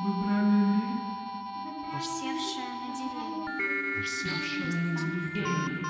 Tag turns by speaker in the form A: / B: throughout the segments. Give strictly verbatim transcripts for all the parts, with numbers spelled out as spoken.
A: Выбрали ли?
B: Осевшая на деле.
A: Осевшая на деле.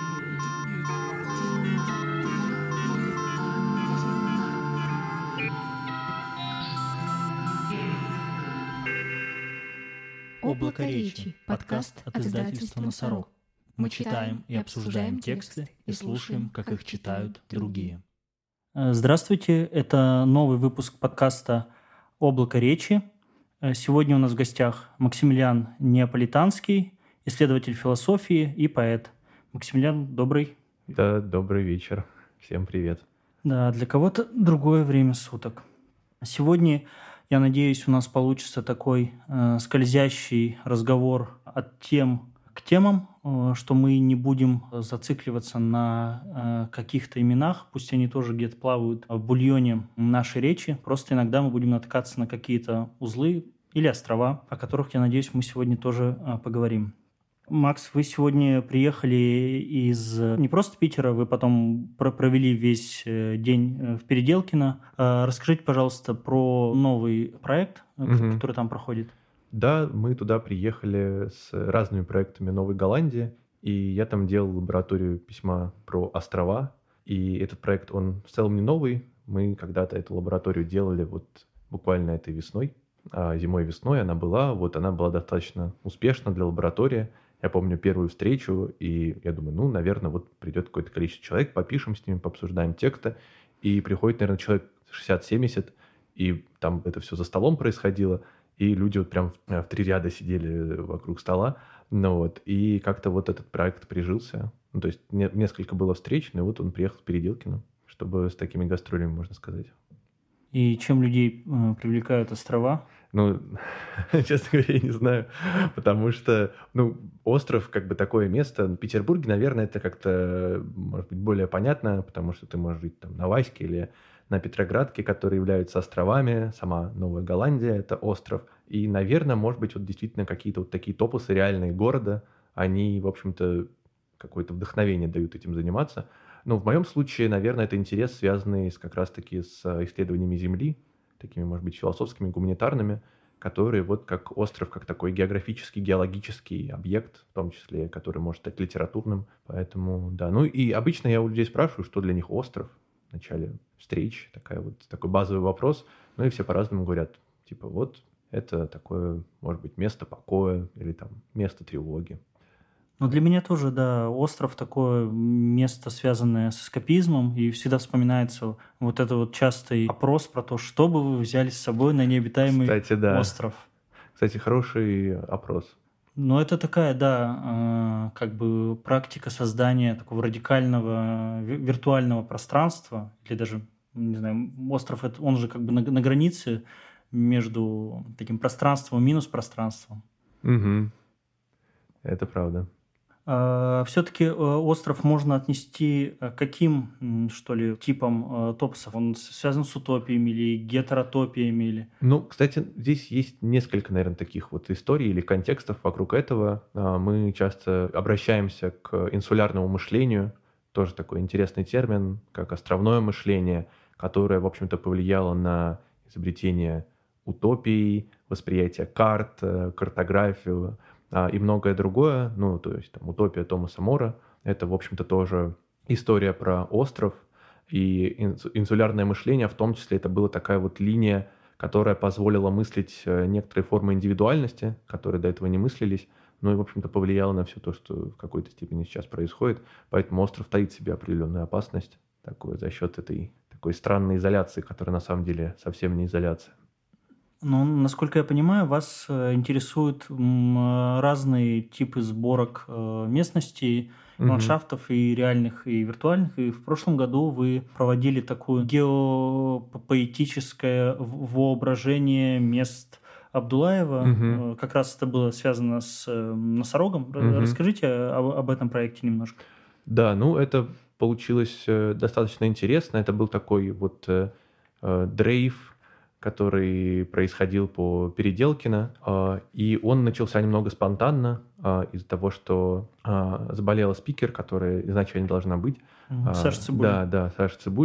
C: Облако речи. Подкаст от издательства «Носорог». Мы читаем и обсуждаем тексты и слушаем, как их читают другие.
D: Здравствуйте, это новый выпуск подкаста «Облако речи». Сегодня у нас в гостях Максимилиан Неаполитанский, исследователь философии и поэт. Максимилиан, добрый.
E: Да, добрый вечер. Всем привет.
D: Да, для кого-то другое время суток. Сегодня, я надеюсь, у нас получится такой э, скользящий разговор от тем к темам, э, что мы не будем зацикливаться на э, каких-то именах, пусть они тоже где-то плавают в бульоне нашей речи, просто иногда мы будем натыкаться на какие-то узлы или острова, о которых, я надеюсь, мы сегодня тоже э, поговорим. Макс, вы сегодня приехали из не просто Питера, вы потом провели весь день в Переделкино. Расскажите, пожалуйста, про новый проект, угу. который там проходит.
E: Да, мы туда приехали с разными проектами Новой Голландии, и я там делал лабораторию письма про острова. И этот проект, он в целом не новый. Мы когда-то эту лабораторию делали вот буквально этой весной, а зимой-весной она была. Вот она была достаточно успешна для лаборатории. Я помню первую встречу, и я думаю, ну, наверное, вот придет какое-то количество человек, попишем с ними, пообсуждаем тексты. И приходит, наверное, человек шестьдесят-семьдесят, и там это все за столом происходило, и люди вот прям в, в три ряда сидели вокруг стола. Ну вот, и как-то вот этот проект прижился. Ну, то есть не, несколько было встреч, но вот он приехал в Переделкино, чтобы с такими гастролями, можно сказать.
D: И чем людей э, привлекают острова?
E: Ну, честно говоря, я не знаю, потому что, ну, остров, как бы такое место, в Петербурге, наверное, это как-то, может быть, более понятно, потому что ты можешь жить там на Ваське или на Петроградке, которые являются островами, сама Новая Голландия – это остров, и, наверное, может быть, вот действительно какие-то вот такие топосы реальные города, они, в общем-то, какое-то вдохновение дают этим заниматься. Но в моем случае, наверное, это интерес, связанный с, как раз-таки с исследованиями Земли, такими, может быть, философскими, гуманитарными, которые вот как остров, как такой географический, геологический объект, в том числе, который может стать литературным. Поэтому, да. Ну и обычно я у людей спрашиваю, что для них остров в начале встреч, такая вот, такой базовый вопрос. Ну и все по-разному говорят, типа вот это такое, может быть, место покоя или там место тревоги.
D: Ну, для меня тоже, да, остров такое место, связанное с эскапизмом, и всегда вспоминается вот этот вот частый опрос про то, что бы вы взяли с собой на необитаемый
E: Кстати, да.
D: остров.
E: Кстати, хороший опрос.
D: Ну, это такая, да, как бы практика создания такого радикального виртуального пространства, или даже, не знаю, остров, он же как бы на, на границе между таким пространством и минус пространством.
E: Угу. Это правда.
D: Все-таки остров можно отнести к каким, что ли, типам топосов? Он связан с утопиями или гетеротопиями? Или...
E: Ну, кстати, здесь есть несколько, наверное, таких вот историй или контекстов вокруг этого. Мы часто обращаемся к инсулярному мышлению, тоже такой интересный термин, как островное мышление, которое, в общем-то, повлияло на изобретение утопий, восприятие карт, картографию, и многое другое, ну, то есть там «Утопия» Томаса Мора, это, в общем-то, тоже история про остров, и инсулярное мышление, в том числе, это была такая вот линия, которая позволила мыслить некоторые формы индивидуальности, которые до этого не мыслились, ну и, в общем-то, повлияло на все то, что в какой-то степени сейчас происходит, поэтому остров таит в себе определенную опасность, такую, за счет этой такой странной изоляции, которая на самом деле совсем не изоляция.
D: Ну, насколько я понимаю, вас интересуют разные типы сборок местностей, угу. ландшафтов и реальных, и виртуальных. И в прошлом году вы проводили такое геопоэтическое воображение мест Абдуллаева. Угу. Как раз это было связано с Носорогом. Угу. Расскажите об, об этом проекте немножко.
E: Да, ну это получилось достаточно интересно. Это был такой вот э, дрейф, который происходил по Переделкино, и он начался немного спонтанно из-за того, что заболела спикер, которая изначально должна быть.
D: Саша Цибуля.
E: Да, да, Саша Цибуля.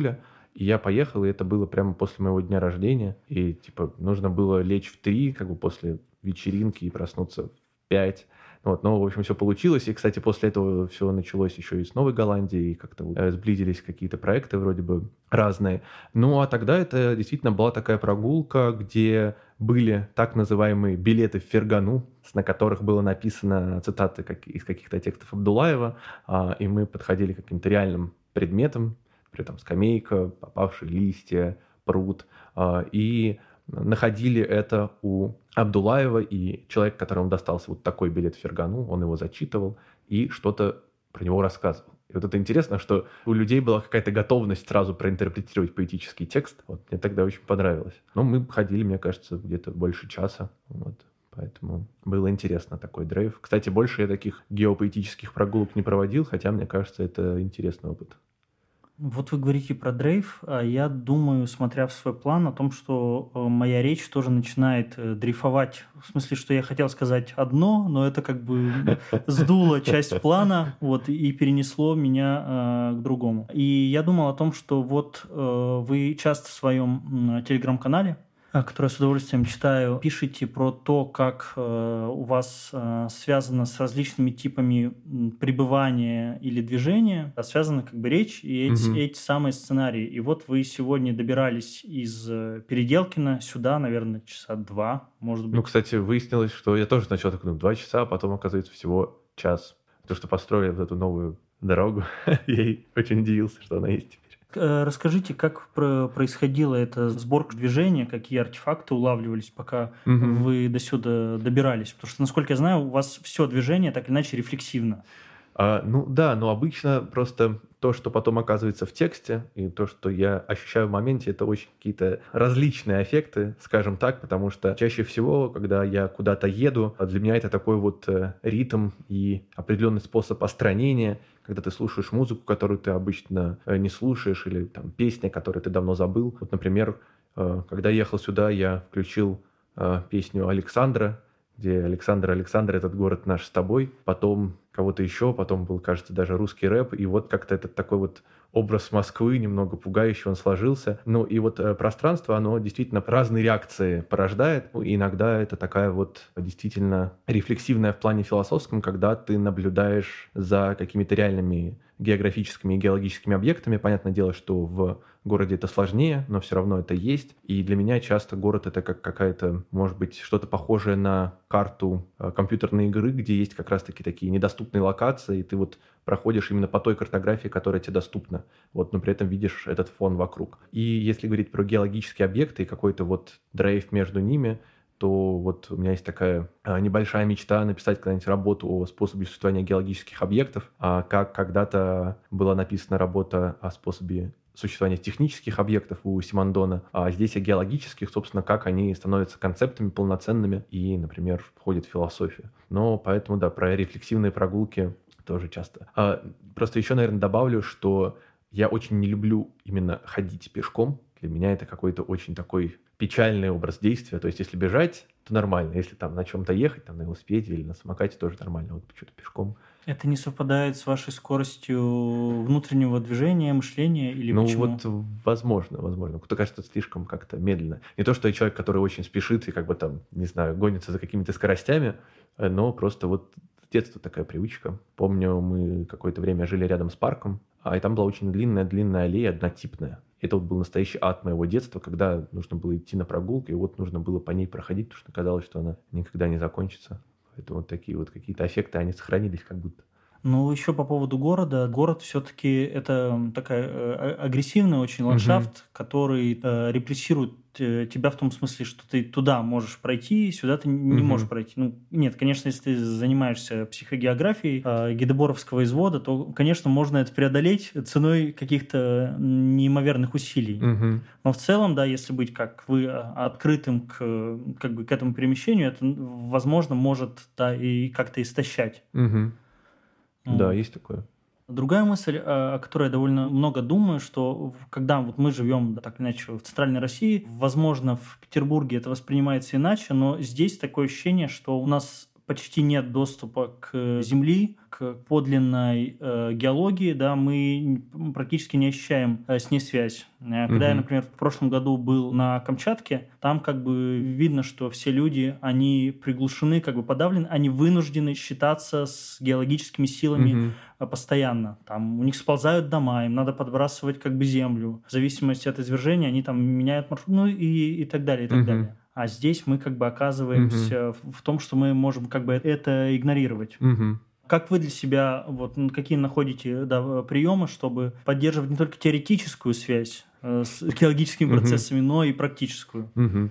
E: И я поехал, и это было прямо после моего дня рождения. И, типа, нужно было лечь в три, как бы после вечеринки, и проснуться в пять. Вот, но, в общем, все получилось. И, кстати, после этого все началось еще и с Новой Голландии, и как-то э, сблизились какие-то проекты вроде бы разные. Ну, а тогда это действительно была такая прогулка, где были так называемые билеты в Фергану, на которых было написано цитаты как, из каких-то текстов Абдуллаева, а, и мы подходили к каким-то реальным предметам, например, там скамейка, попавшие листья, пруд, а, и находили это у Абдуллаева, и человек, которому достался вот такой билет в Фергану, он его зачитывал и что-то про него рассказывал. И вот это интересно, что у людей была какая-то готовность сразу проинтерпретировать поэтический текст. Вот мне тогда очень понравилось. Но мы ходили, мне кажется, где-то больше часа. Вот. Поэтому было интересно такой драйв. Кстати, больше я таких геопоэтических прогулок не проводил, хотя, мне кажется, это интересный опыт.
D: Вот вы говорите про дрейф, а я думаю, смотря в свой план, о том, что моя речь тоже начинает дрейфовать. В смысле, что я хотел сказать одно, но это как бы сдуло часть плана, вот, и перенесло меня э, к другому. И я думал о том, что вот э, вы часто в своем э, телеграм-канале, который я с удовольствием читаю, пишите про то, как э, у вас э, связано с различными типами пребывания или движения, а связана как бы речь и эти, угу. эти самые сценарии. И вот вы сегодня добирались из Переделкина сюда, наверное, часа два, может быть.
E: Ну, кстати, выяснилось, что я тоже сначала такой, ну, два часа, а потом, оказывается, всего час. Потому что построили вот эту новую дорогу. Я очень удивился, что она есть теперь.
D: Расскажите, как происходила эта сборка движения, какие артефакты улавливались, пока угу. вы до сюда добирались? Потому что, насколько я знаю, у вас все движение так или иначе рефлексивно.
E: А, ну да, но обычно просто то, что потом оказывается в тексте, и то, что я ощущаю в моменте, это очень какие-то различные эффекты, скажем так, потому что чаще всего, когда я куда-то еду, для меня это такой вот ритм и определенный способ построения, когда ты слушаешь музыку, которую ты обычно не слушаешь, или там песня, которую ты давно забыл. Вот, например, когда я ехал сюда, я включил песню Александра, где Александр, Александр, этот город наш с тобой, потом кого-то еще, потом был, кажется, даже русский рэп, и вот как-то этот такой вот образ Москвы немного пугающий он сложился. Ну и вот э, пространство, оно действительно разные реакции порождает. Ну, и иногда это такая вот действительно рефлексивная в плане философском, когда ты наблюдаешь за какими-то реальными географическими и геологическими объектами. Понятное дело, что в городе это сложнее, но все равно это есть. И для меня часто город — это как какая-то, может быть, что-то похожее на карту э, компьютерной игры, где есть как раз-таки такие недоступные локации, и ты вот проходишь именно по той картографии, которая тебе доступна, вот, но при этом видишь этот фон вокруг. И если говорить про геологические объекты и какой-то вот дрейф между ними, то вот у меня есть такая а, небольшая мечта написать когда-нибудь работу о способе существования геологических объектов, а, как когда-то была написана работа о способе существования технических объектов у Симондона, а здесь о геологических, собственно, как они становятся концептами полноценными и, например, входят в философию. Но поэтому, да, про рефлексивные прогулки тоже часто. А, просто еще, наверное, добавлю, что я очень не люблю именно ходить пешком. Для меня это какой-то очень такой печальный образ действия. То есть, если бежать, то нормально. Если там на чем-то ехать, там на велосипеде или на самокате, тоже нормально. Вот что-то пешком.
D: Это не совпадает с вашей скоростью внутреннего движения, мышления или
E: ну,
D: почему?
E: Ну вот, возможно, возможно. Кто кажется, слишком как-то медленно. Не то, что я человек, который очень спешит и как бы там, не знаю, гонится за какими-то скоростями, но просто вот с детства такая привычка. Помню, мы какое-то время жили рядом с парком, а и там была очень длинная-длинная аллея, однотипная. Это вот был настоящий ад моего детства, когда нужно было идти на прогулку, и вот нужно было по ней проходить, потому что казалось, что она никогда не закончится. Поэтому вот такие вот какие-то аффекты, они сохранились как будто.
D: Ну, еще по поводу города. Город все-таки это такая э, агрессивный очень ландшафт, угу. который э, репрессирует э, тебя в том смысле, что ты туда можешь пройти, сюда ты не угу. можешь пройти. Ну, нет, конечно, если ты занимаешься психогеографией э, Гедеборовского извода, то, конечно, можно это преодолеть ценой каких-то неимоверных усилий. Угу. Но в целом, да, если быть как вы открытым к, как бы, к этому перемещению, это, возможно, может да, и как-то истощать.
E: Угу. Да, есть такое.
D: Другая мысль, о которой я довольно много думаю, что когда вот мы живем, да, так или иначе, в центральной России, возможно, в Петербурге это воспринимается иначе, но здесь такое ощущение, что у нас почти нет доступа к Земле, к подлинной э, геологии, да, мы практически не ощущаем э, с ней связь. Когда mm-hmm. я, например, в прошлом году был на Камчатке, там как бы видно, что все люди, они приглушены, как бы подавлены, они вынуждены считаться с геологическими силами mm-hmm. постоянно. Там у них сползают дома, им надо подбрасывать как бы землю. В зависимости от извержения они там меняют маршрут, ну и, и так далее, и так mm-hmm. далее. А здесь мы как бы оказываемся mm-hmm. в, в том, что мы можем как бы это игнорировать.
E: Mm-hmm.
D: Как вы для себя, вот какие находите да, приемы, чтобы поддерживать не только теоретическую связь э, с геологическими процессами, mm-hmm. но и практическую?
E: Mm-hmm.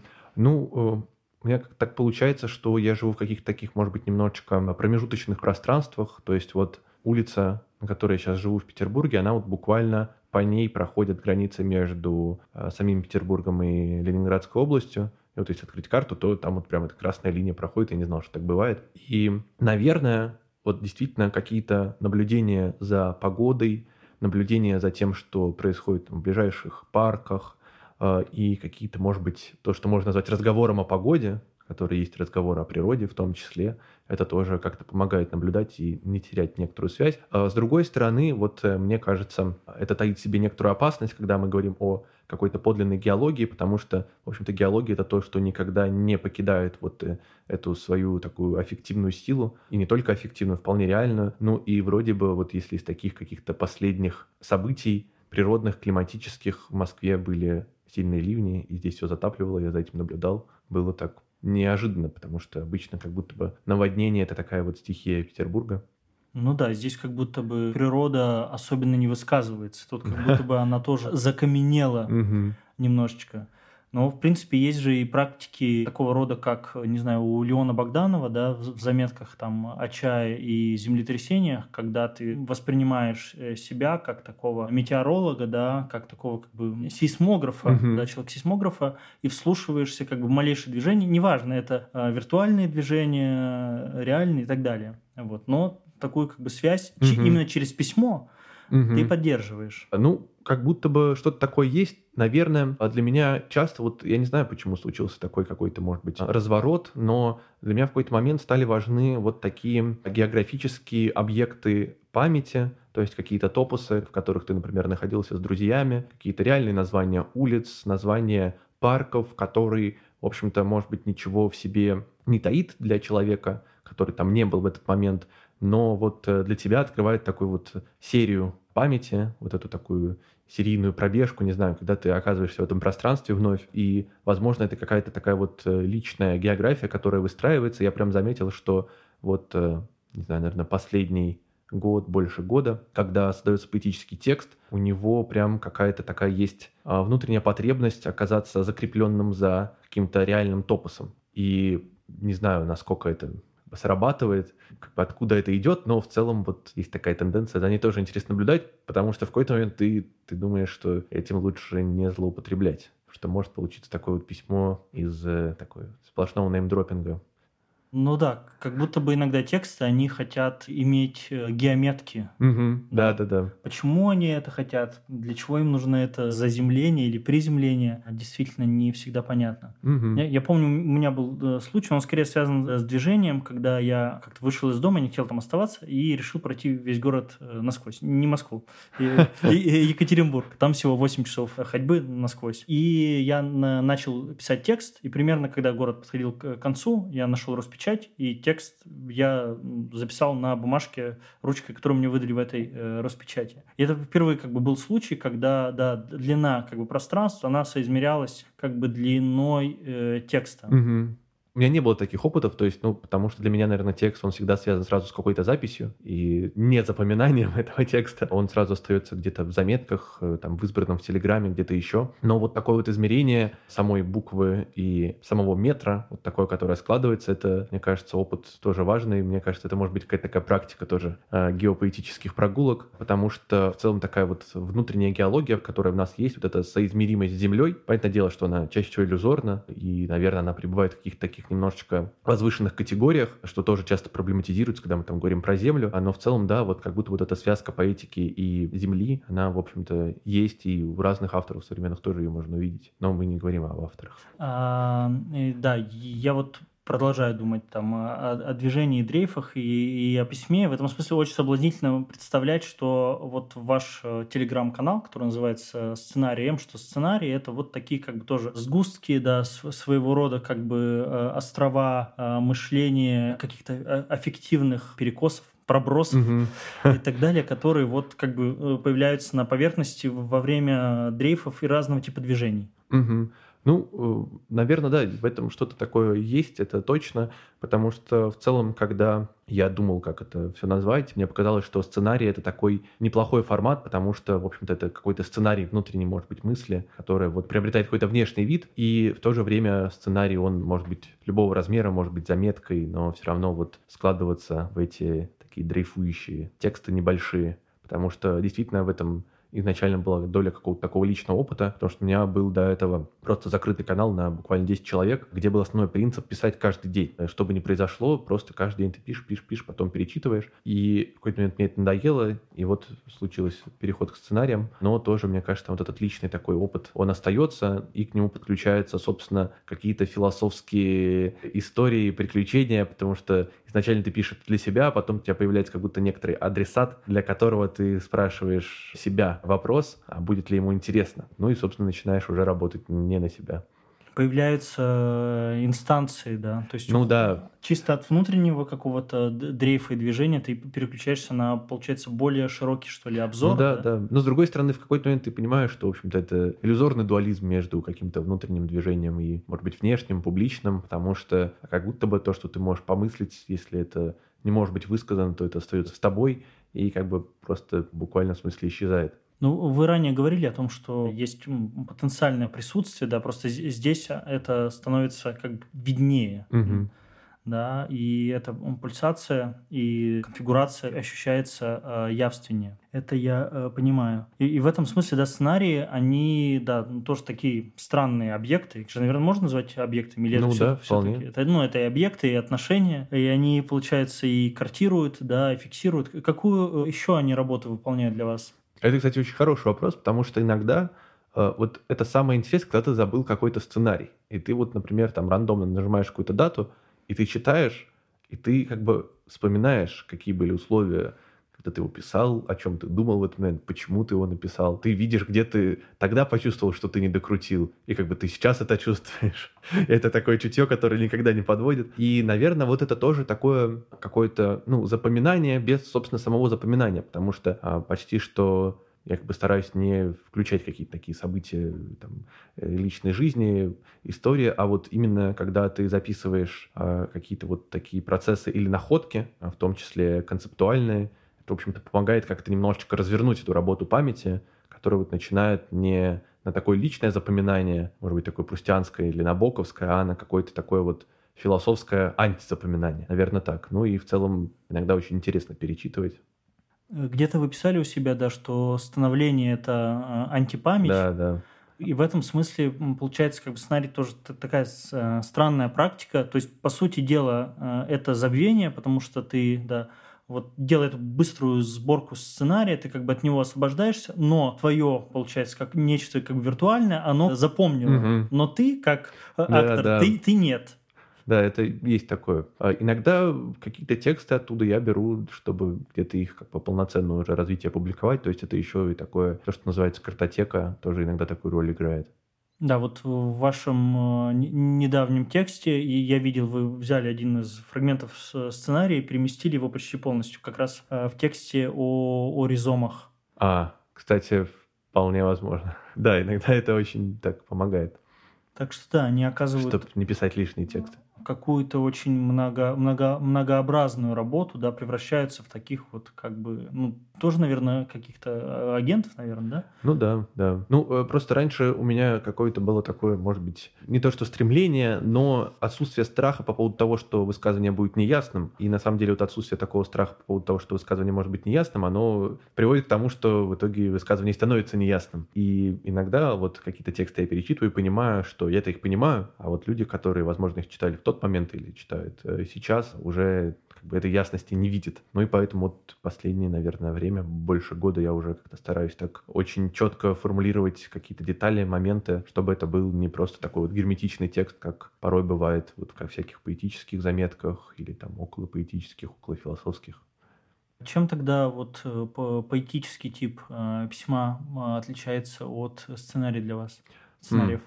E: Ну, у меня так получается, что я живу в каких-то таких, может быть, немножечко промежуточных пространствах. То есть вот улица, на которой я сейчас живу в Петербурге, она вот буквально по ней проходит граница между э, самим Петербургом и Ленинградской областью. И вот если открыть карту, то там вот прям эта красная линия проходит, я не знал, что так бывает. И, наверное, вот действительно какие-то наблюдения за погодой, наблюдения за тем, что происходит в ближайших парках, э, и какие-то, может быть, то, что можно назвать разговором о погоде, который есть разговор о природе в том числе, это тоже как-то помогает наблюдать и не терять некоторую связь. А с другой стороны, вот мне кажется, это таит в себе некоторую опасность, когда мы говорим о какой-то подлинной геологии, потому что, в общем-то, геология — это то, что никогда не покидает вот эту свою такую аффективную силу, и не только аффективную, вполне реальную. Ну и вроде бы вот если из таких каких-то последних событий природных, климатических в Москве были сильные ливни, и здесь все затапливало, я за этим наблюдал, было так неожиданно, потому что обычно как будто бы наводнение — это такая вот стихия Петербурга.
D: Ну да, здесь как будто бы природа особенно не высказывается. Тут как будто бы она тоже закаменела немножечко. Но, в принципе, есть же и практики такого рода, как, не знаю, у Леона Богданова, да, в заметках там о чае и землетрясениях, когда ты воспринимаешь себя как такого метеоролога, да, как такого как бы сейсмографа, uh-huh. да, человека-сейсмографа, и вслушиваешься как бы в малейшее движение. Неважно, это а, виртуальные движения, реальные и так далее. Вот. Но такую как бы связь uh-huh. ч- именно через письмо uh-huh. ты поддерживаешь.
E: Ну, как будто бы что-то такое есть, наверное. А для меня часто, вот я не знаю, почему случился такой какой-то, может быть, разворот, но для меня в какой-то момент стали важны вот такие географические объекты памяти, то есть какие-то топосы, в которых ты, например, находился с друзьями, какие-то реальные названия улиц, названия парков, которые, в общем-то, может быть, ничего в себе не таит для человека, который там не был в этот момент, но вот для тебя открывает такую вот серию памяти, вот эту такую серийную пробежку, не знаю, когда ты оказываешься в этом пространстве вновь, и, возможно, это какая-то такая вот личная география, которая выстраивается. Я прям заметил, что вот, не знаю, наверное, последний год, больше года, когда создается поэтический текст, у него прям какая-то такая есть внутренняя потребность оказаться закрепленным за каким-то реальным топосом. И не знаю, насколько это срабатывает, откуда это идет, но в целом вот есть такая тенденция, за ней тоже интересно наблюдать, потому что в какой-то момент ты, ты думаешь, что этим лучше не злоупотреблять, что может получиться такое вот письмо из такой сплошного неймдропинга.
D: Ну да, как будто бы иногда тексты, они хотят иметь геометки.
E: Угу, да, да, да.
D: Почему они это хотят? Для чего им нужно это заземление или приземление? Действительно не всегда понятно.
E: Угу. Я,
D: я помню, у меня был случай, он скорее связан с движением, когда я как-то вышел из дома, не хотел там оставаться, и решил пройти весь город насквозь. Не Москву, Екатеринбург. Там всего восемь часов ходьбы насквозь. И я начал писать текст, и примерно, когда город подходил к концу, я нашел распечатку, и текст я записал на бумажке ручкой, которую мне выдали в этой э, распечати. И это впервые как бы был случай, когда да, длина как бы пространства, она соизмерялась как бы длиной э, текста.
E: Угу. У меня не было таких опытов, то есть, ну, потому что для меня, наверное, текст, он всегда связан сразу с какой-то записью, и не запоминанием этого текста. Он сразу остается где-то в заметках, там, в избранном в Телеграме, где-то еще. Но вот такое вот измерение самой буквы и самого метра, вот такое, которое складывается, это, мне кажется, опыт тоже важный. Мне кажется, это может быть какая-то такая практика тоже э, геопоэтических прогулок, потому что в целом такая вот внутренняя геология, которая у нас есть, вот эта соизмеримость с Землей, понятное дело, что она чаще всего иллюзорна, и, наверное, она пребывает в каких-то таких немножечко возвышенных категориях, что тоже часто проблематизируется, когда мы там говорим про Землю. Но в целом, да, вот как будто вот эта связка поэтики и Земли, она, в общем-то, есть, и у разных авторов современных тоже ее можно увидеть. Но мы не говорим об авторах.
D: А, да, я вот продолжаю думать там о, о движении и дрейфах и, и о письме. В этом смысле очень соблазнительно представлять, что вот ваш телеграм-канал, который называется «Сценарием», что сценарий — это вот такие как бы тоже сгустки, да, своего рода как бы острова мышления, каких-то аффективных перекосов, пробросов
E: Угу.
D: и так далее, которые вот как бы появляются на поверхности во время дрейфов и разного типа движений.
E: Угу. Ну, наверное, да, в этом что-то такое есть, это точно, потому что в целом, когда я думал, как это все назвать, мне показалось, что сценарий — это такой неплохой формат, потому что, в общем-то, это какой-то сценарий внутренней, может быть, мысли, которая вот приобретает какой-то внешний вид, и в то же время сценарий, он может быть любого размера, может быть заметкой, но все равно вот складываться в эти такие дрейфующие тексты небольшие, потому что действительно в этом изначально была доля какого-то такого личного опыта, потому что у меня был до этого просто закрытый канал на буквально десять человек, где был основной принцип писать каждый день. Что бы ни произошло, просто каждый день ты пишешь, пишешь, пишешь, потом перечитываешь. И в какой-то момент мне это надоело, и вот случился переход к сценариям. Но тоже, мне кажется, вот этот личный такой опыт, он остается, и к нему подключаются, собственно, какие-то философские истории, приключения, потому что изначально ты пишешь для себя, а потом у тебя появляется как будто некоторый адресат, для которого ты спрашиваешь себя вопрос, а будет ли ему интересно. Ну и, собственно, начинаешь уже работать не на себя.
D: Появляются инстанции, да. То есть
E: ну да.
D: Чисто от внутреннего какого-то дрейфа и движения ты переключаешься на, получается, более широкий, что ли, обзор.
E: Ну да,
D: да,
E: да. Но с другой стороны, в какой-то момент ты понимаешь, что, в общем-то, это иллюзорный дуализм между каким-то внутренним движением и, может быть, внешним, публичным, потому что как будто бы то, что ты можешь помыслить, если это не может быть высказано, то это остается с тобой и как бы просто в буквальном смысле исчезает.
D: Ну, вы ранее говорили о том, что есть потенциальное присутствие, да, просто здесь это становится как бы виднее,
E: Угу.
D: да, и эта пульсация и конфигурация ощущается э, явственнее. Это я э, понимаю. И, и в этом смысле, да, сценарии, они, да, ну, тоже такие странные объекты. Их же, наверное, можно назвать объектами? Или
E: ну
D: это
E: да,
D: все,
E: вполне.
D: Это, ну, это и объекты, и отношения, и они, получается, и картируют, да, и фиксируют. Какую еще они работу выполняют для вас?
E: Это, кстати, очень хороший вопрос, потому что иногда э, вот это самое интересное, когда ты забыл какой-то сценарий. И ты вот, например, там рандомно нажимаешь какую-то дату, и ты читаешь, и ты как бы вспоминаешь, какие были условия, когда ты его писал, о чем ты думал в этот момент, почему ты его написал. Ты видишь, где ты тогда почувствовал, что ты не докрутил, и как бы ты сейчас это чувствуешь. Это такое чутье, которое никогда не подводит. И, наверное, вот это тоже такое какое-то, ну, запоминание без, собственно, самого запоминания, потому что а, почти что я как бы стараюсь не включать какие-то такие события там, личной жизни, истории, а вот именно когда ты записываешь а, какие-то вот такие процессы или находки, а в том числе концептуальные, это, в общем-то, помогает как-то немножечко развернуть эту работу памяти, которая вот начинает не на такое личное запоминание, может быть, такое прустианское или набоковское, а на какое-то такое вот философское антизапоминание. Наверное, так. Ну и в целом иногда очень интересно перечитывать.
D: Где-то вы писали у себя, да, что становление – это антипамять.
E: Да, да.
D: И в этом смысле, получается, как бы сценарий тоже такая странная практика. То есть, по сути дела, это забвение, потому что ты, да, вот делая эту быструю сборку сценария, ты как бы от него освобождаешься, но твое, получается, как нечто как бы виртуальное, оно запомнило.
E: Угу.
D: Но ты, как
E: Да,
D: актор,
E: да.
D: Ты, ты нет.
E: Да, это есть такое. А иногда какие-то тексты оттуда я беру, чтобы где-то их как бы полноценное уже развитие опубликовать. То есть это еще и такое, то, что называется картотека, тоже иногда такую роль играет.
D: Да, вот в вашем э, недавнем тексте, и я видел, вы взяли один из фрагментов сценария и переместили его почти полностью, как раз э, в тексте о, о ризомах.
E: А, кстати, вполне возможно. Да, иногда это очень так помогает.
D: Так что да, они оказывают...
E: Чтобы не писать лишние тексты.
D: Какую-то очень много, много, многообразную работу, да, превращаются в таких вот как бы, ну, тоже, наверное, каких-то агентов, наверное, да?
E: Ну да, да. Ну, просто раньше у меня какое-то было такое, может быть, не то что стремление, но отсутствие страха по поводу того, что высказывание будет неясным. И на самом деле вот отсутствие такого страха по поводу того, что высказывание может быть неясным, оно приводит к тому, что в итоге высказывание становится неясным. И иногда вот какие-то тексты я перечитываю и понимаю, что я-то их понимаю, а вот люди, которые, возможно, их читали в тот момент или читают сейчас, уже как бы этой ясности не видит. Ну и поэтому вот последнее, наверное, время, больше года я уже как-то стараюсь так очень четко формулировать какие-то детали, моменты, чтобы это был не просто такой вот герметичный текст, как порой бывает вот во всяких поэтических заметках или там около поэтических, около философских.
D: Чем тогда вот э, по- поэтический тип э, письма э, отличается от сценария для вас? Сценариев?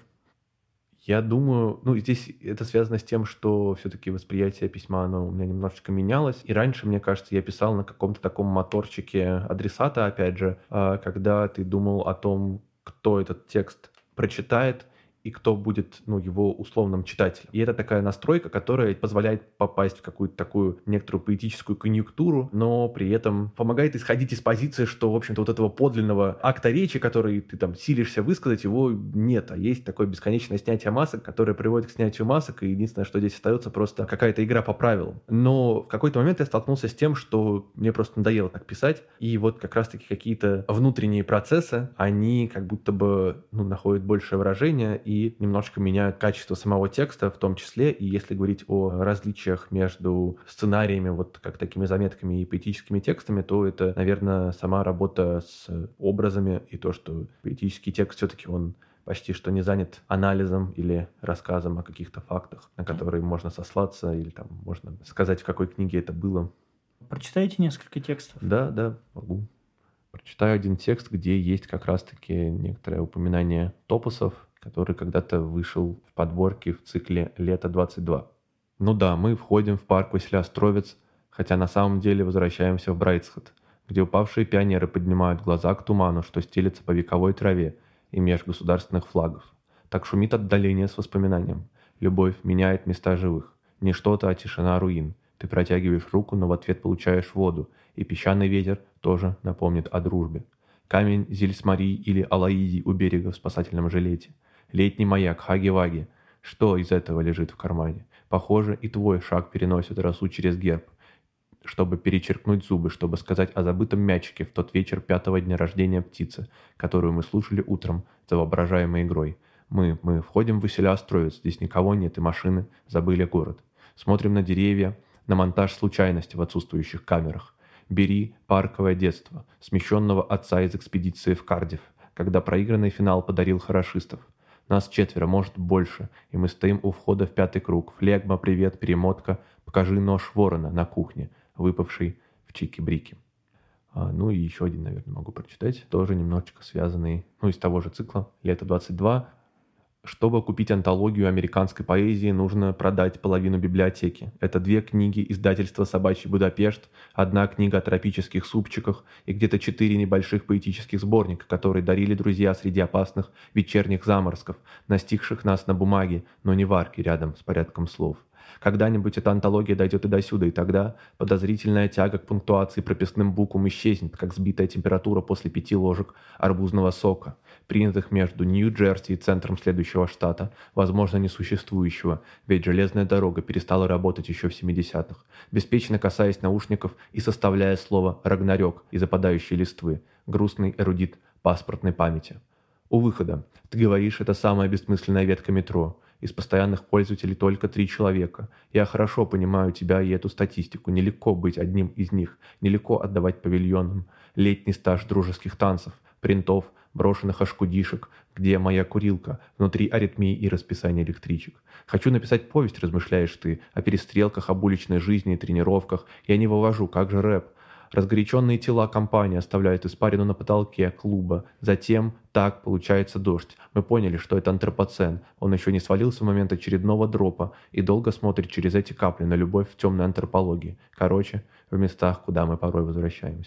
E: Я думаю, ну, здесь это связано с тем, что все-таки восприятие письма, оно у меня немножечко менялось. И раньше, мне кажется, я писал на каком-то таком моторчике адресата, опять же, а, когда ты думал о том, кто этот текст прочитает и кто будет, ну, его условным читателем. И это такая настройка, которая позволяет попасть в какую-то такую некоторую поэтическую конъюнктуру, но при этом помогает исходить из позиции, что, в общем-то, вот этого подлинного акта речи, который ты там силишься высказать, его нет, а есть такое бесконечное снятие масок, которое приводит к снятию масок, и единственное, что здесь остается, просто какая-то игра по правилам. Но в какой-то момент я столкнулся с тем, что мне просто надоело так писать, и вот как раз-таки какие-то внутренние процессы, они как будто бы, ну, находят большее выражение и и немножко меняют качество самого текста в том числе. И если говорить о различиях между сценариями, вот как такими заметками и поэтическими текстами, то это, наверное, сама работа с образами и то, что поэтический текст все-таки он почти что не занят анализом или рассказом о каких-то фактах, на которые можно сослаться или там можно сказать, в какой книге это было.
D: Прочитайте несколько текстов.
E: Да, да, могу. Прочитаю один текст, где есть как раз-таки некоторое упоминание топосов, который когда-то вышел в подборке в цикле «Лето двадцать два». Ну да, мы входим в парк Василиостровец, хотя на самом деле возвращаемся в Брайтсхед, где упавшие пионеры поднимают глаза к туману, что стелется по вековой траве и меж государственных флагов. Так шумит отдаление с воспоминанием. Любовь меняет места живых. Не что-то, а тишина руин. Ты протягиваешь руку, но в ответ получаешь воду, и песчаный ветер тоже напомнит о дружбе. Камень Зильсмарии или Алаиди у берега в спасательном жилете. Летний маяк Хаги-Ваги. Что из этого лежит в кармане? Похоже, и твой шаг переносит росу через герб, чтобы перечеркнуть зубы, чтобы сказать о забытом мячике в тот вечер пятого дня рождения птицы, которую мы слушали утром за воображаемой игрой. Мы, мы входим в Василиостровец, здесь никого нет и машины, забыли город. Смотрим на деревья, на монтаж случайности в отсутствующих камерах. Бери парковое детство, смещенного отца из экспедиции в Кардифф, когда проигранный финал подарил хорошистов. Нас четверо, может больше, и мы стоим у входа в пятый круг. Флегма, привет, перемотка, покажи нож ворона на кухне, выпавший в чики-брики. А, ну и еще один, наверное, могу прочитать, тоже немножечко связанный, ну, из того же цикла, «Лето двадцать два». Чтобы купить антологию американской поэзии, нужно продать половину библиотеки. Это две книги издательства «Собачий Будапешт», одна книга о тропических супчиках и где-то четыре небольших поэтических сборника, которые дарили друзья среди опасных вечерних заморозков, настигших нас на бумаге, но не в арке рядом с порядком слов. Когда-нибудь эта антология дойдет и до сюда, и тогда подозрительная тяга к пунктуации и прописным буквам исчезнет, как сбитая температура после пяти ложек арбузного сока, принятых между Нью-Джерси и центром следующего штата, возможно, несуществующего, ведь железная дорога перестала работать еще в семидесятых, беспечно касаясь наушников и составляя слово «рагнарёк» из опадающей листвы, грустный эрудит паспортной памяти. У выхода. Ты говоришь, это самая бессмысленная ветка метро. Из постоянных пользователей только три человека. Я хорошо понимаю тебя и эту статистику. Нелегко быть одним из них. Нелегко отдавать павильонам. Летний стаж дружеских танцев, принтов, брошенных ашкудишек, где моя курилка, внутри аритмии и расписания электричек. Хочу написать повесть, размышляешь ты, о перестрелках, об уличной жизни и тренировках. Я не вывожу, как же рэп? Разгоряченные тела компании оставляют испарину на потолке клуба. Затем так получается дождь. Мы поняли, что это антропоцен. Он еще не свалился в момент очередного дропа и долго смотрит через эти капли на любовь в темной антропологии. Короче, в местах, куда мы порой возвращаемся.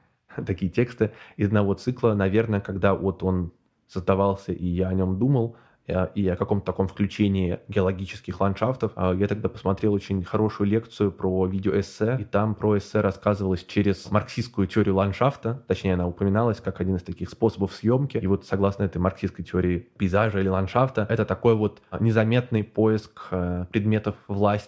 E: Такие тексты из одного цикла, наверное, когда вот он создавался и я о нем думал, и о каком-то таком включении геологических ландшафтов. Я тогда посмотрел очень хорошую лекцию про видеоэссе, и там про эссе рассказывалось через марксистскую теорию ландшафта, точнее она упоминалась как один из таких способов съемки, и вот согласно этой марксистской теории пейзажа или ландшафта, это такой вот незаметный поиск предметов власти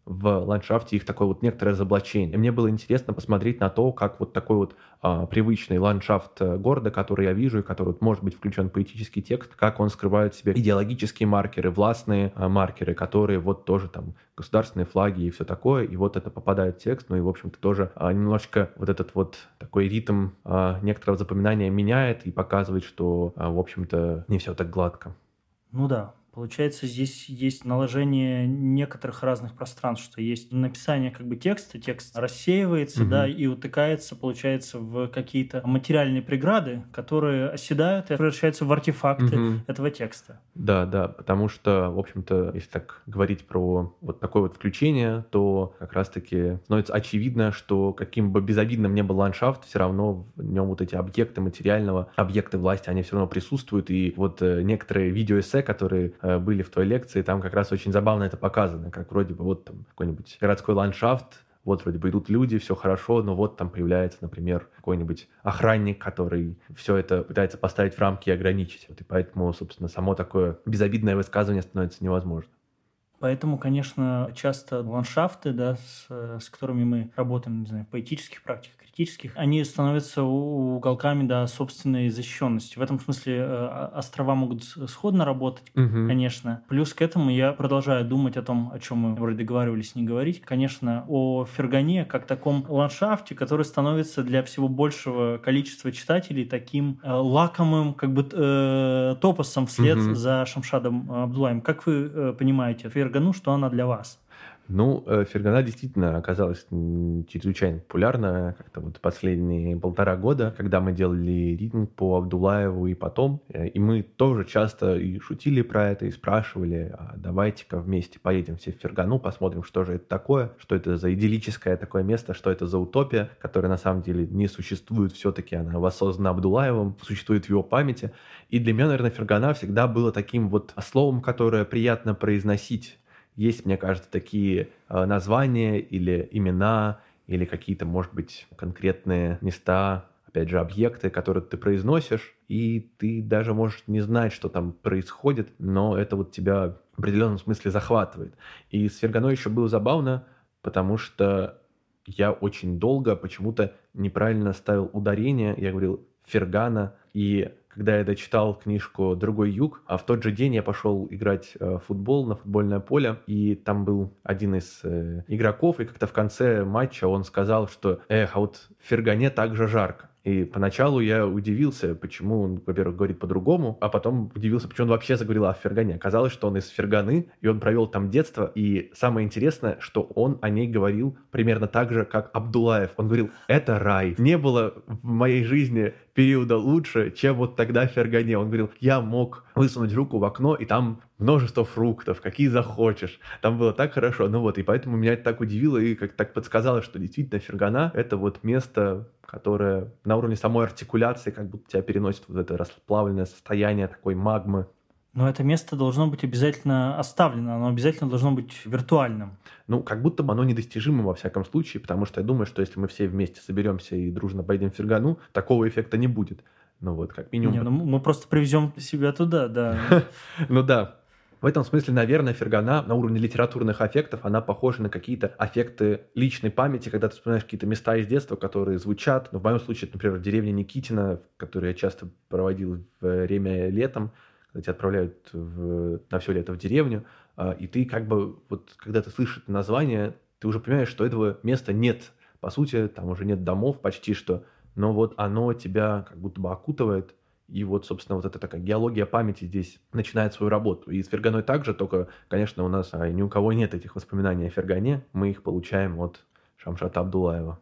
E: в ландшафте их такое вот некоторое разоблачение. Мне было интересно посмотреть на то, как вот такой вот а, привычный ландшафт города, который я вижу, и который вот может быть включен в поэтический текст, как он скрывает в себе идеологические маркеры, властные а, маркеры, которые вот тоже там государственные флаги и все такое, и вот это попадает в текст, ну и, в общем-то, тоже а, немножечко вот этот вот такой ритм а, некоторого запоминания меняет и показывает, что, а, в общем-то, не все так гладко.
D: Ну да. Получается, здесь есть наложение некоторых разных пространств, что есть написание как бы текста, текст рассеивается,
E: Мгм.
D: да, и утыкается, получается, в какие-то материальные преграды, которые оседают и превращаются в артефакты
E: Мгм.
D: этого текста.
E: Да, да, потому что, в общем-то, если так говорить про вот такое вот включение, то как раз-таки становится очевидно, что каким бы безобидным ни был ландшафт, все равно в нем вот эти объекты материального, объекты власти, они все равно присутствуют. И вот э, некоторые видеоэссе, которые э, были в твоей лекции, там как раз очень забавно это показано, как вроде бы вот там какой-нибудь городской ландшафт, вот вроде бы идут люди, все хорошо, но вот там появляется, например, какой-нибудь охранник, который все это пытается поставить в рамки и ограничить. Вот и поэтому, собственно, само такое безобидное высказывание становится невозможно.
D: Поэтому, конечно, часто ландшафты, да, с, с которыми мы работаем, не знаю, в поэтических практиках, критических, они становятся у- уголками, да, собственной защищенности. В этом смысле э, острова могут с- сходно работать,
E: Мгм.
D: конечно. Плюс к этому я продолжаю думать о том, о чем мы вроде договаривались не говорить, конечно, о Фергане как таком ландшафте, который становится для всего большего количества читателей таким э, лакомым, как бы э, топосом вслед
E: Мгм.
D: за Шамшадом Абдулаем. Как вы э, понимаете Фергану, что она для вас?
E: Ну, э, Фергана действительно оказалась м, чрезвычайно популярна как-то вот последние полтора года, когда мы делали ритм по Абдуллаеву и потом. Э, И мы тоже часто и шутили про это, и спрашивали, а давайте-ка вместе поедем все в Фергану, посмотрим, что же это такое, что это за идиллическое такое место, что это за утопия, которая на самом деле не существует, все-таки она воссоздана Абдуллаевым, существует в его памяти. И для меня, наверное, Фергана всегда было таким вот словом, которое приятно произносить. Есть, мне кажется, такие э, названия или имена, или какие-то, может быть, конкретные места, опять же, объекты, которые ты произносишь, и ты даже можешь не знать, что там происходит, но это вот тебя в определенном смысле захватывает. И с Ферганой еще было забавно, потому что я очень долго почему-то неправильно ставил ударение, я говорил «Фергана», и когда я дочитал книжку «Другой юг», а в тот же день я пошел играть э, в футбол на футбольное поле, и там был один из э, игроков, и как-то в конце матча он сказал, что «Эх, а вот в Фергане так же жарко». И поначалу я удивился, почему он, во-первых, говорит по-другому, а потом удивился, почему он вообще заговорил о Фергане. Оказалось, что он из Ферганы, и он провел там детство, и самое интересное, что он о ней говорил примерно так же, как Абдуллаев. Он говорил, это рай. Не было в моей жизни периода лучше, чем вот тогда в Фергане. Он говорил, я мог высунуть руку в окно, и там множество фруктов, какие захочешь. Там было так хорошо. Ну вот, и поэтому меня это так удивило и как так подсказало, что действительно Фергана — это вот место, которое на уровне самой артикуляции как будто тебя переносит в это расплавленное состояние такой магмы.
D: Но это место должно быть обязательно оставлено, оно обязательно должно быть виртуальным.
E: Ну, как будто бы оно недостижимо во всяком случае, потому что я думаю, что если мы все вместе соберемся и дружно поедем в Фергану, такого эффекта не будет. Ну вот, как минимум.
D: Не, ну мы просто привезем себя туда, да.
E: Ну да. В этом смысле, наверное, Фергана на уровне литературных аффектов, она похожа на какие-то аффекты личной памяти, когда ты вспоминаешь какие-то места из детства, которые звучат. Ну, в моем случае, это, например, деревня Никитина, в которой я часто проводил время летом, когда тебя отправляют в, на все лето в деревню, и ты как бы, вот когда ты слышишь это название, ты уже понимаешь, что этого места нет. По сути, там уже нет домов почти что, но вот оно тебя как будто бы окутывает. И вот, собственно, вот эта такая геология памяти здесь начинает свою работу. И с Ферганой также, только, конечно, у нас а, ни у кого нет этих воспоминаний о Фергане. Мы их получаем от Шамшата Абдуллаева.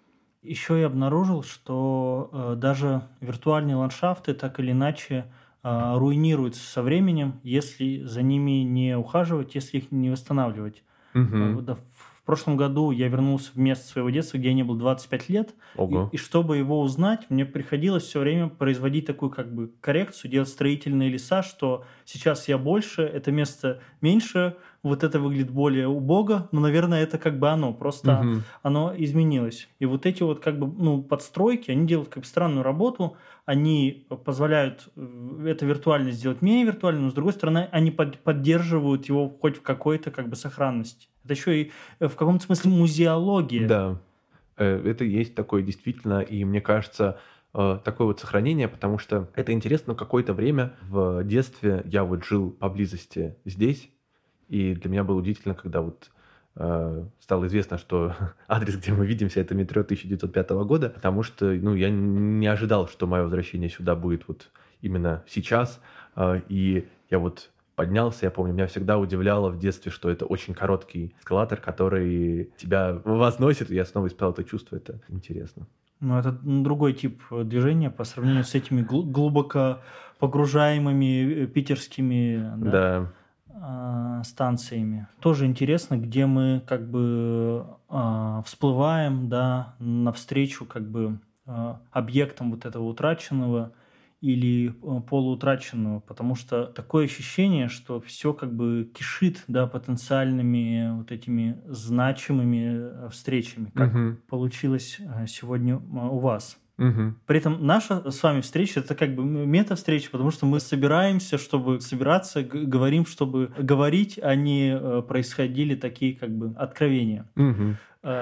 D: Еще я обнаружил, что э, даже виртуальные ландшафты так или иначе э, руинируются со временем, если за ними не ухаживать, если их не восстанавливать.
E: Угу.
D: Да, в прошлом году я вернулся в место своего детства, где мне было двадцать пять лет,
E: Ого.
D: и, и чтобы его узнать, мне приходилось все время производить такую как бы коррекцию, делать строительные леса, что сейчас я больше, это место меньше, вот это выглядит более убого, но, наверное, это как бы оно, просто
E: Угу.
D: оно изменилось. И вот эти вот как бы ну, подстройки, они делают как бы странную работу, они позволяют это виртуально сделать менее виртуально, но, с другой стороны, они под, поддерживают его хоть в какой-то как бы сохранности. Это еще и в каком-то смысле музеология.
E: Да, это есть такое действительно, и мне кажется, такое вот сохранение, потому что это интересно, но какое-то время в детстве я вот жил поблизости здесь, и для меня было удивительно, когда вот стало известно, что адрес, где мы видимся, это метро тысяча девятьсот пятого года, потому что, ну, я не ожидал, что мое возвращение сюда будет вот именно сейчас, и я вот поднялся, я помню, меня всегда удивляло в детстве, что это очень короткий эскалатор, который тебя возносит, и я снова испытал это чувство, это интересно.
D: Ну, это другой тип движения по сравнению с этими гл- глубоко погружаемыми питерскими, да, да. станциями. Тоже интересно, где мы как бы э, всплываем, да, навстречу как бы э, объектам вот этого утраченного или полуутраченного, потому что такое ощущение, что все как бы кишит, да, потенциальными вот этими значимыми встречами, как угу. получилось сегодня у вас.
E: Угу.
D: При этом наша с вами встреча — это как бы мета-встреча, потому что мы собираемся, чтобы собираться, г- говорим, чтобы говорить, а не э, происходили такие как бы откровения.
E: Угу.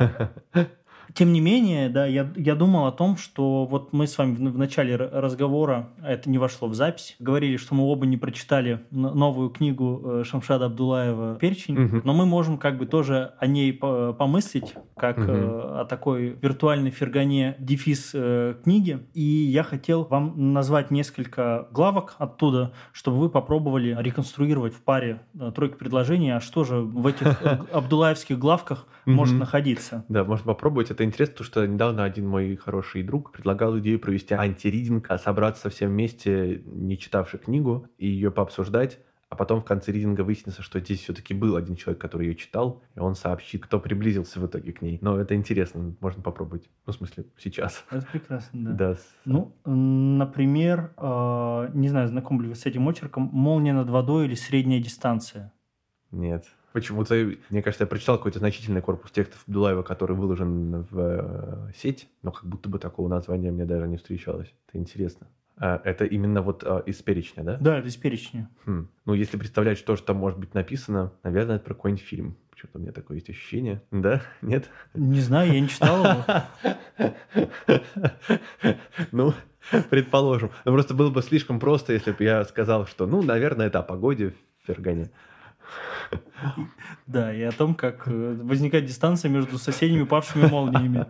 D: Тем не менее, да, я, я думал о том, что вот мы с вами в, в начале разговора, это не вошло в запись, говорили, что мы оба не прочитали новую книгу Шамшада Абдуллаева «Перечень», угу. но мы можем как бы тоже о ней помыслить, как угу. э, о такой виртуальной фергане дефис э, книги. И я хотел вам назвать несколько главок оттуда, чтобы вы попробовали реконструировать в паре э, тройку предложений, а что же в этих абдуллаевских главках может находиться.
E: Да, можно попробовать. Это интересно, потому что недавно один мой хороший друг предлагал идею провести антиридинг, а собраться всем вместе, не читавши книгу, и ее пообсуждать, а потом в конце ридинга выяснится, что здесь все-таки был один человек, который ее читал, и он сообщит, кто приблизился в итоге к ней. Но это интересно, можно попробовать. Ну, в смысле, сейчас.
D: Это прекрасно, да.
E: да.
D: Ну, например, э, не знаю, знакомы ли вы с этим очерком, «Молния над водой» или «Средняя дистанция».
E: Нет. Почему-то, мне кажется, я прочитал какой-то значительный корпус текстов Абдуллаева, который выложен в э, сеть, но как будто бы такого названия мне даже не встречалось. Это интересно. А, это именно вот а, из перечня, да?
D: Да, это из перечня.
E: Хм. Ну, если представлять, что же там может быть написано, наверное, это про какой-нибудь фильм. Почему-то у меня такое есть ощущение. Да? Нет?
D: Не знаю, я не читал его.
E: Ну, предположим. Но просто было бы слишком просто, если бы я сказал, что, ну, наверное, это о погоде в Фергане.
D: Да, и о том, как возникает дистанция между соседними павшими молниями.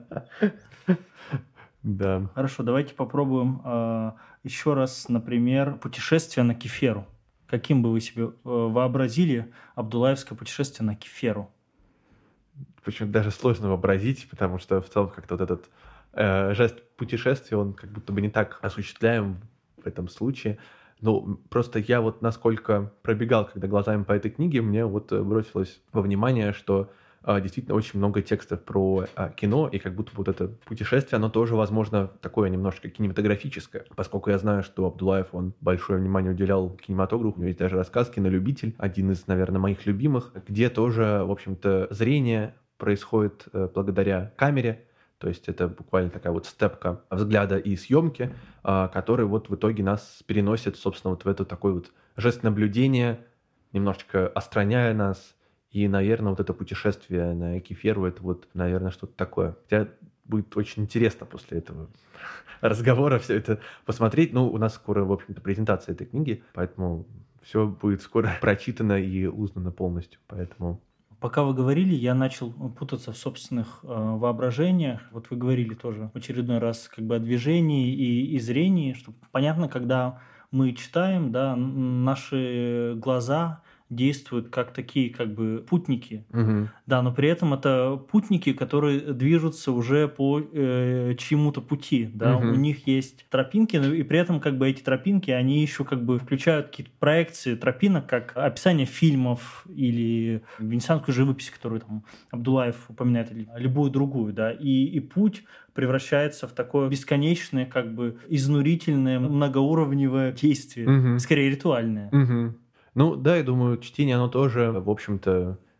E: Да.
D: Хорошо, давайте попробуем э, еще раз, например, путешествие на Кеферу. Каким бы вы себе э, вообразили абдуллаевское путешествие на Кеферу?
E: Почему даже сложно вообразить, потому что в целом как-то вот этот э, жест путешествия, он как будто бы не так осуществляем в этом случае. Ну, просто я вот насколько пробегал, когда глазами по этой книге, мне вот бросилось во внимание, что а, действительно очень много текстов про а, кино, и как будто бы вот это путешествие, оно тоже, возможно, такое немножко кинематографическое, поскольку я знаю, что Абдуллаев, он большое внимание уделял кинематографу, у него есть даже рассказ «Кинолюбитель», один из, наверное, моих любимых, где тоже, в общем-то, зрение происходит э, благодаря камере. То есть это буквально такая вот степка взгляда и съемки, который вот в итоге нас переносит, собственно, вот в это такой вот жест наблюдения, немножечко остраняя нас. И, наверное, вот это путешествие на Кеферу, это вот, наверное, что-то такое. Хотя будет очень интересно после этого разговора все это посмотреть. Ну, у нас скоро, в общем-то, презентация этой книги, поэтому все будет скоро прочитано и узнано полностью. Поэтому...
D: Пока вы говорили, я начал путаться в собственных э, воображениях. Вот вы говорили тоже в очередной раз как бы о движении и, и зрении, что понятно, когда мы читаем, да, наши глаза действуют как такие как бы путники,
E: угу.
D: да, но при этом это путники, которые движутся уже по э, чьему-то пути, да,
E: угу.
D: у них есть тропинки, и при этом как бы эти тропинки, они еще как бы включают какие-то проекции тропинок, как описание фильмов или венецианскую живопись, которую там Абдуллаев упоминает, или любую другую, да, и, и путь превращается в такое бесконечное, как бы изнурительное, многоуровневое действие,
E: угу.
D: скорее ритуальное.
E: Угу. Ну да, я думаю, чтение, оно тоже, в общем-то,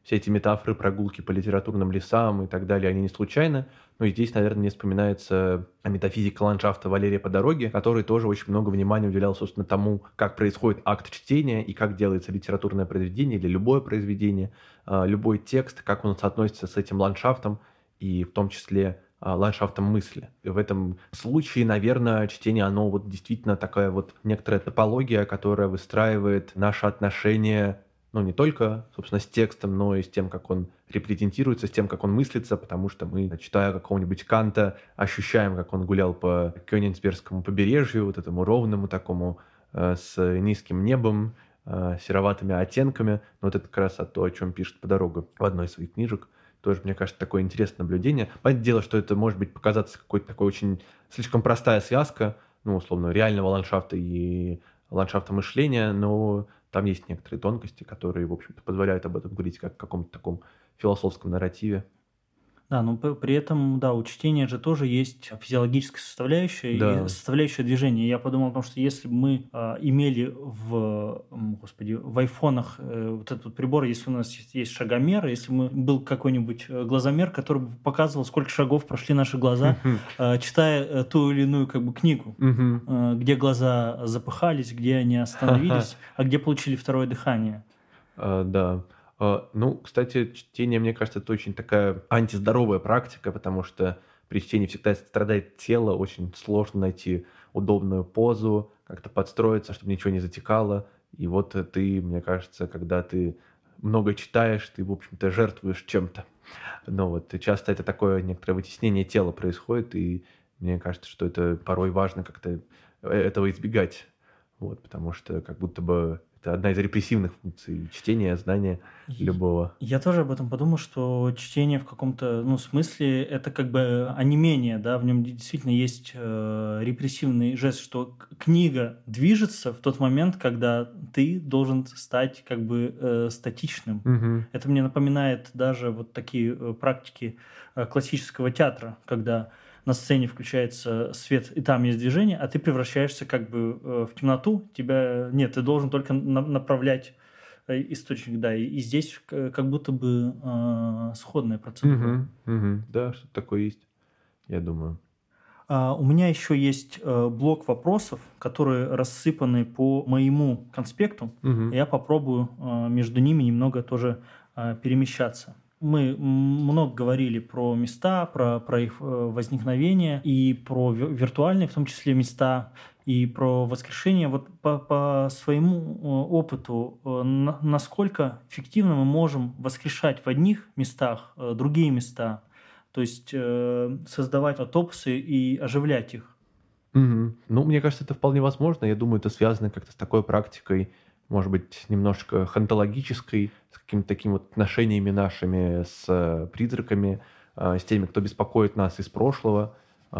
E: все эти метафоры, прогулки по литературным лесам и так далее, они не случайны. Но и здесь, наверное, мне вспоминается метафизика ландшафта Валерия по дороге, который тоже очень много внимания уделял, собственно, тому, как происходит акт чтения и как делается литературное произведение или любое произведение, любой текст, как он соотносится с этим ландшафтом и в том числе ландшафтом мысли. И в этом случае, наверное, чтение, оно вот действительно такая вот некоторая топология, которая выстраивает наши отношения, ну, не только, собственно, с текстом, но и с тем, как он репрезентируется, с тем, как он мыслится, потому что мы, читая какого-нибудь Канта, ощущаем, как он гулял по Кёнигсбергскому побережью, вот этому ровному такому, э, с низким небом, э, сероватыми оттенками. Но вот это как раз то, о чем пишет по дорогу в одной из своих книжек. Тоже, мне кажется, такое интересное наблюдение. Понятное дело, что это может быть показаться какой-то такой очень слишком простая связка, ну, условно, реального ландшафта и ландшафта мышления, но там есть некоторые тонкости, которые, в общем-то, позволяют об этом говорить как о каком-то таком философском нарративе.
D: Да, но при этом, да, у чтения же тоже есть физиологическая составляющая
E: Да.
D: и составляющая движения. Я подумал о том, что если бы мы э, имели в, господи, в айфонах э, вот этот вот прибор, если у нас есть, есть шагомер, если бы был какой-нибудь глазомер, который бы показывал, сколько шагов прошли наши глаза, э, читая э, ту или иную как бы книгу, э, где глаза запыхались, где они остановились, а где получили второе дыхание.
E: А, да. Ну, кстати, чтение, мне кажется, это очень такая антиздоровая практика, потому что при чтении всегда страдает тело, очень сложно найти удобную позу, как-то подстроиться, чтобы ничего не затекало. И вот ты, мне кажется, когда ты много читаешь, ты, в общем-то, жертвуешь чем-то. Но вот часто это такое некоторое вытеснение тела происходит, и мне кажется, что это порой важно как-то этого избегать. Вот, потому что как будто бы это одна из репрессивных функций чтения, знания любого.
D: Я тоже об этом подумал, что чтение в каком-то ну, смысле это как бы онемение, да, в нем действительно есть э, репрессивный жест, что книга движется в тот момент, когда ты должен стать как бы э, статичным.
E: Угу.
D: Это мне напоминает даже вот такие э, практики э, классического театра, когда на сцене включается свет, и там есть движение, а ты превращаешься как бы э, в темноту. Тебя нет, ты должен только на- направлять э, источник, да. И, и здесь э, как будто бы э, сходная процедура.
E: Угу. Угу. Да, что-то такое есть, я думаю.
D: А, у меня еще есть э, блок вопросов, которые рассыпаны по моему конспекту.
E: Угу.
D: Я попробую э, между ними немного тоже э, перемещаться. Мы много говорили про места, про, про их возникновение и про виртуальные, в том числе, места, и про воскрешение. Вот по, по своему опыту, насколько эффективно мы можем воскрешать в одних местах другие места, то есть создавать топосы и оживлять их?
E: Угу. Ну, мне кажется, это вполне возможно. Я думаю, это связано как-то с такой практикой, может быть, немножко хонтологической, с какими-то такими вот отношениями нашими с призраками, с теми, кто беспокоит нас из прошлого,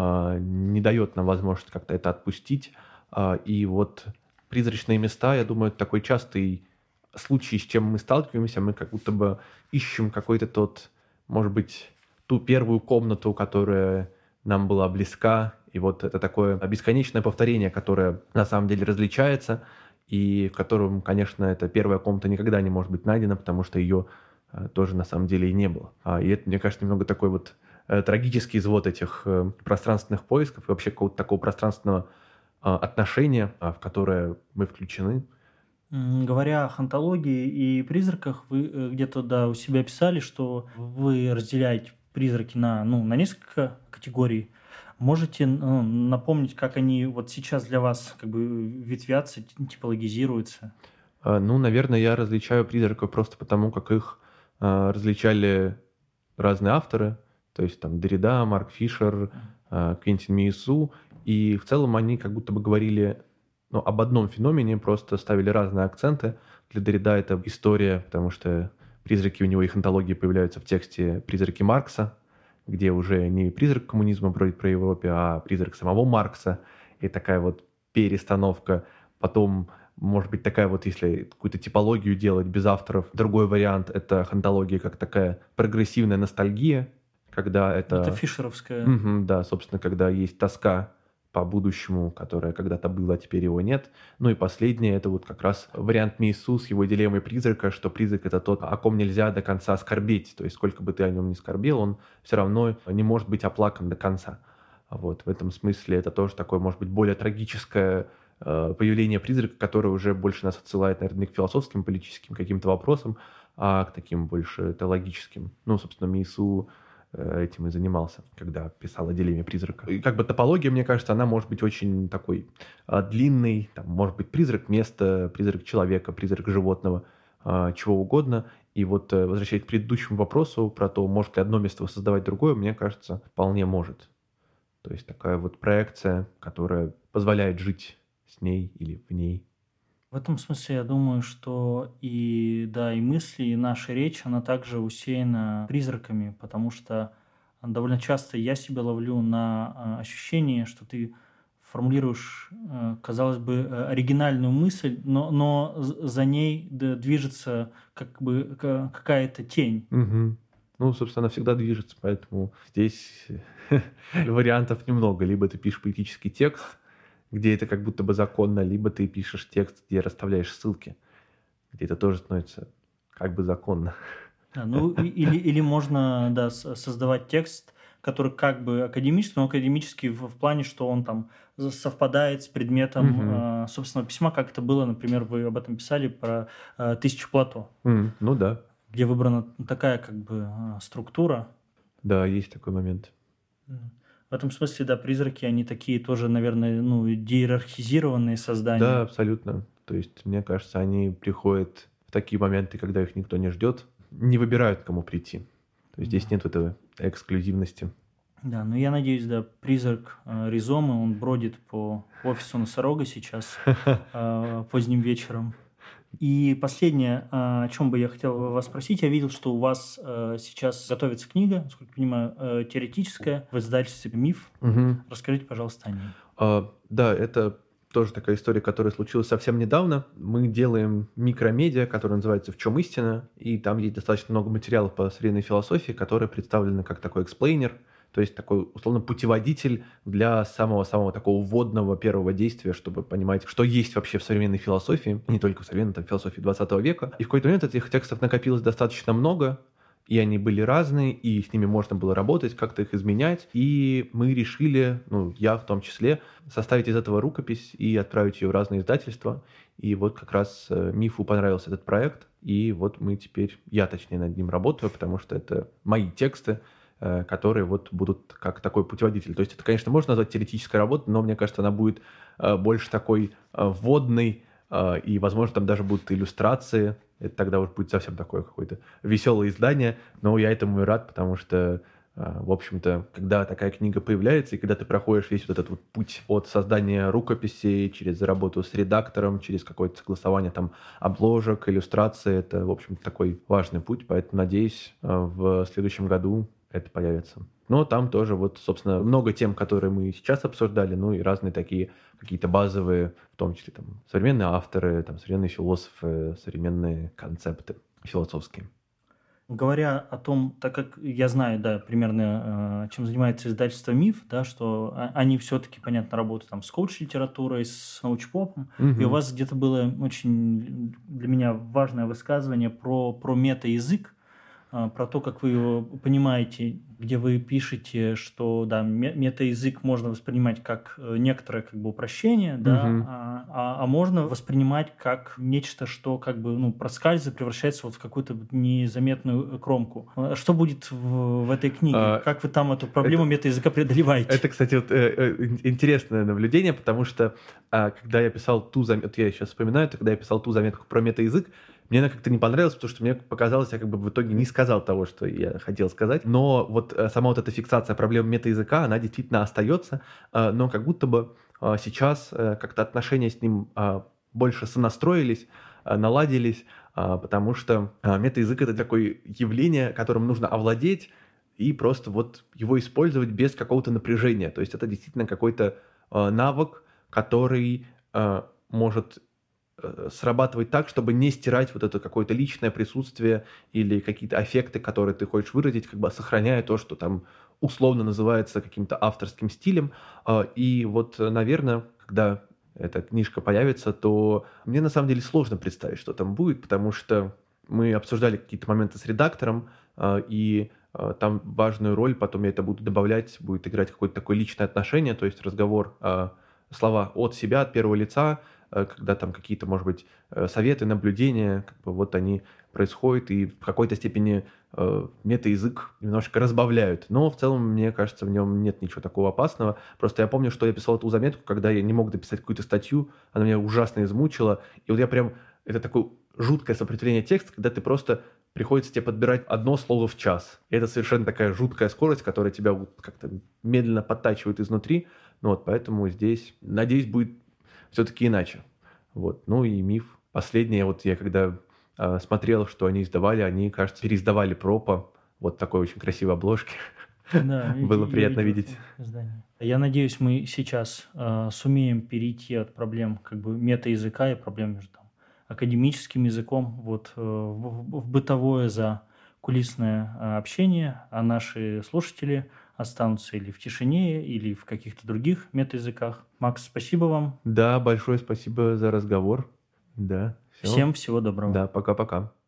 E: не дает нам возможность как-то это отпустить. И вот призрачные места, я думаю, это такой частый случай, с чем мы сталкиваемся. Мы как будто бы ищем какой-то тот, может быть, ту первую комнату, которая нам была близка. И вот это такое бесконечное повторение, которое на самом деле различается, и в котором, конечно, эта первая комната никогда не может быть найдена, потому что ее а, тоже на самом деле и не было. А, и это, мне кажется, немного такой вот э, трагический извод этих э, пространственных поисков и вообще какого-то такого пространственного э, отношения, э, в которое мы включены.
D: Говоря о хонтологии и призраках, вы э, где-то да, у себя писали, что вы разделяете призраки на, ну, на несколько категорий. Можете ну, напомнить, как они вот сейчас для вас как бы ветвятся, типологизируются?
E: Ну, наверное, я различаю призраков просто потому, как их э, различали разные авторы, то есть там Деррида, Марк Фишер, э, Квентин Миесу, и в целом они как будто бы говорили ну, об одном феномене, просто ставили разные акценты. Для Деррида это история, потому что призраки у него, их антологии появляются в тексте «Призраки Маркса», где уже не призрак коммунизма бродит про Европе, а призрак самого Маркса. И такая вот перестановка. Потом, может быть, такая вот, если какую-то типологию делать без авторов, другой вариант — это хонтология как такая прогрессивная ностальгия, когда это...
D: Это фишеровская.
E: Угу, да, собственно, когда есть тоска по будущему, которое когда-то было, а теперь его нет. Ну и последнее, это вот как раз вариант Мейсу с его дилеммой призрака, что призрак — это тот, о ком нельзя до конца скорбеть. То есть сколько бы ты о нем ни скорбел, он все равно не может быть оплакан до конца. Вот, в этом смысле это тоже такое, может быть, более трагическое э, появление призрака, которое уже больше нас отсылает, наверное, не к философским, политическим каким-то вопросам, а к таким больше теологическим. Ну, собственно, Мейсу этим и занимался, когда писал о дилемме призрака. И как бы топология, мне кажется, она может быть очень такой а, длинной. Там может быть призрак места, призрак человека, призрак животного, а, чего угодно. И вот, возвращаясь к предыдущему вопросу про то, может ли одно место воссоздавать другое, мне кажется, вполне может. То есть такая вот проекция, которая позволяет жить с ней или в ней.
D: В этом смысле я думаю, что и да, и мысли, и наша речь, она также усеяна призраками, потому что довольно часто я себя ловлю на ощущении, что ты формулируешь, казалось бы, оригинальную мысль, но, но за ней движется как бы какая-то тень.
E: Угу. Ну, собственно, она всегда движется, поэтому здесь вариантов немного. Либо ты пишешь поэтический текст, где это как будто бы законно, либо ты пишешь текст, где расставляешь ссылки, где это тоже становится как бы законно.
D: Да, ну, или, или можно, да, создавать текст, который как бы академический, но академический в, в плане, что он там совпадает с предметом угу. э, собственного письма, как это было, например, вы об этом писали про э, «Тысячу Плато».
E: Mm, ну да.
D: Где выбрана такая как бы структура.
E: Да, есть такой момент.
D: В этом смысле, да, призраки, они такие тоже, наверное, ну, диерархизированные создания.
E: Да, абсолютно. То есть, мне кажется, они приходят в такие моменты, когда их никто не ждет, не выбирают, к кому прийти. То есть, здесь нет этого эксклюзивности.
D: Да, ну я надеюсь, да, призрак э, Ризомы, он бродит по офису Носорога сейчас э, поздним вечером. И последнее, о чем бы я хотел вас спросить, я видел, что у вас э, сейчас готовится книга, насколько я понимаю, э, теоретическая, в издательстве «Миф». Угу. Расскажите, пожалуйста, о ней.
E: А, да, это тоже такая история, которая случилась совсем недавно. Мы делаем микромедиа, которая называется «В чем истина?», и там есть достаточно много материалов по современной философии, которые представлены как такой эксплейнер, то есть такой, условно, путеводитель для самого-самого такого вводного первого действия, чтобы понимать, что есть вообще в современной философии, не только в современной, там, философии двадцатого века. И в какой-то момент этих текстов накопилось достаточно много, и они были разные, и с ними можно было работать, как-то их изменять. И мы решили, ну, я в том числе, составить из этого рукопись и отправить ее в разные издательства. И вот как раз Мифу понравился этот проект, и вот мы теперь, я точнее над ним работаю, потому что это мои тексты, которые вот будут как такой путеводитель. То есть это, конечно, можно назвать теоретической работой, но мне кажется, она будет больше такой вводной, и, возможно, там даже будут иллюстрации. Это тогда уже будет совсем такое какое-то веселое издание, но я этому и рад, потому что, в общем-то, когда такая книга появляется, и когда ты проходишь весь вот этот вот путь от создания рукописей, через работу с редактором, через какое-то согласование там обложек, иллюстрации, это, в общем-то, такой важный путь, поэтому, надеюсь, в следующем году это появится. Но там тоже вот, собственно, много тем, которые мы сейчас обсуждали, ну и разные такие какие-то базовые, в том числе там современные авторы, там современные философы, современные концепты философские.
D: Говоря о том, так как я знаю, да, примерно, чем занимается издательство «Миф», да, что они все-таки, понятно, работают там с коуч-литературой, с научпопом, угу. И у вас где-то было очень для меня важное высказывание про, про мета-язык, про то, как вы его понимаете, где вы пишете, что да, мета-язык можно воспринимать как некоторое как бы упрощение, да, угу. а, а можно воспринимать как нечто, что как бы ну, проскальзывает, превращается вот в какую-то незаметную кромку. Что будет в, в этой книге? А, как вы там эту проблему это, мета-языка преодолеваете?
E: Это, кстати, вот, э, э, интересное наблюдение, потому что э, когда я писал ту заметку, я сейчас вспоминаю, когда я писал ту заметку про мета-язык, мне она как-то не понравилась, потому что мне показалось, я как бы в итоге не сказал того, что я хотел сказать. Но вот сама вот эта фиксация проблем мета-языка, она действительно остается, но как будто бы сейчас как-то отношения с ним больше сонастроились, наладились, потому что мета-язык — это такое явление, которым нужно овладеть и просто вот его использовать без какого-то напряжения. То есть это действительно какой-то навык, который может срабатывать так, чтобы не стирать вот это какое-то личное присутствие или какие-то аффекты, которые ты хочешь выразить, как бы сохраняя то, что там условно называется каким-то авторским стилем. И вот, наверное, когда эта книжка появится, то мне на самом деле сложно представить, что там будет, потому что мы обсуждали какие-то моменты с редактором, и там важную роль, потом я это буду добавлять, будет играть какое-то такое личное отношение, то есть разговор, слова от себя, от первого лица, когда там какие-то, может быть, советы, наблюдения, как бы вот они происходят и в какой-то степени э, метаязык немножко разбавляют. Но в целом, мне кажется, в нем нет ничего такого опасного. Просто я помню, что я писал эту заметку, когда я не мог дописать какую-то статью, она меня ужасно измучила. И вот я прям... Это такое жуткое сопротивление текста, когда ты просто... Приходится тебе подбирать одно слово в час. И это совершенно такая жуткая скорость, которая тебя вот как-то медленно подтачивает изнутри. Ну вот, поэтому здесь, надеюсь, будет все-таки иначе. Вот. Ну и миф. Последнее, вот я когда э, смотрел, что они издавали, они, кажется, переиздавали Пропа. Вот такой очень красивой обложки.
D: Да,
E: Было
D: я
E: приятно
D: видел
E: видеть.
D: издание. Я надеюсь, мы сейчас э, сумеем перейти от проблем как бы мета-языка и проблем между там, академическим языком вот, э, в, в бытовое закулисное э, общение, а наши слушатели останутся или в тишине, или в каких-то других мета-языках. Макс, спасибо вам.
E: Да, большое спасибо за разговор. Да. Всё.
D: Всем всего доброго.
E: Да, пока-пока.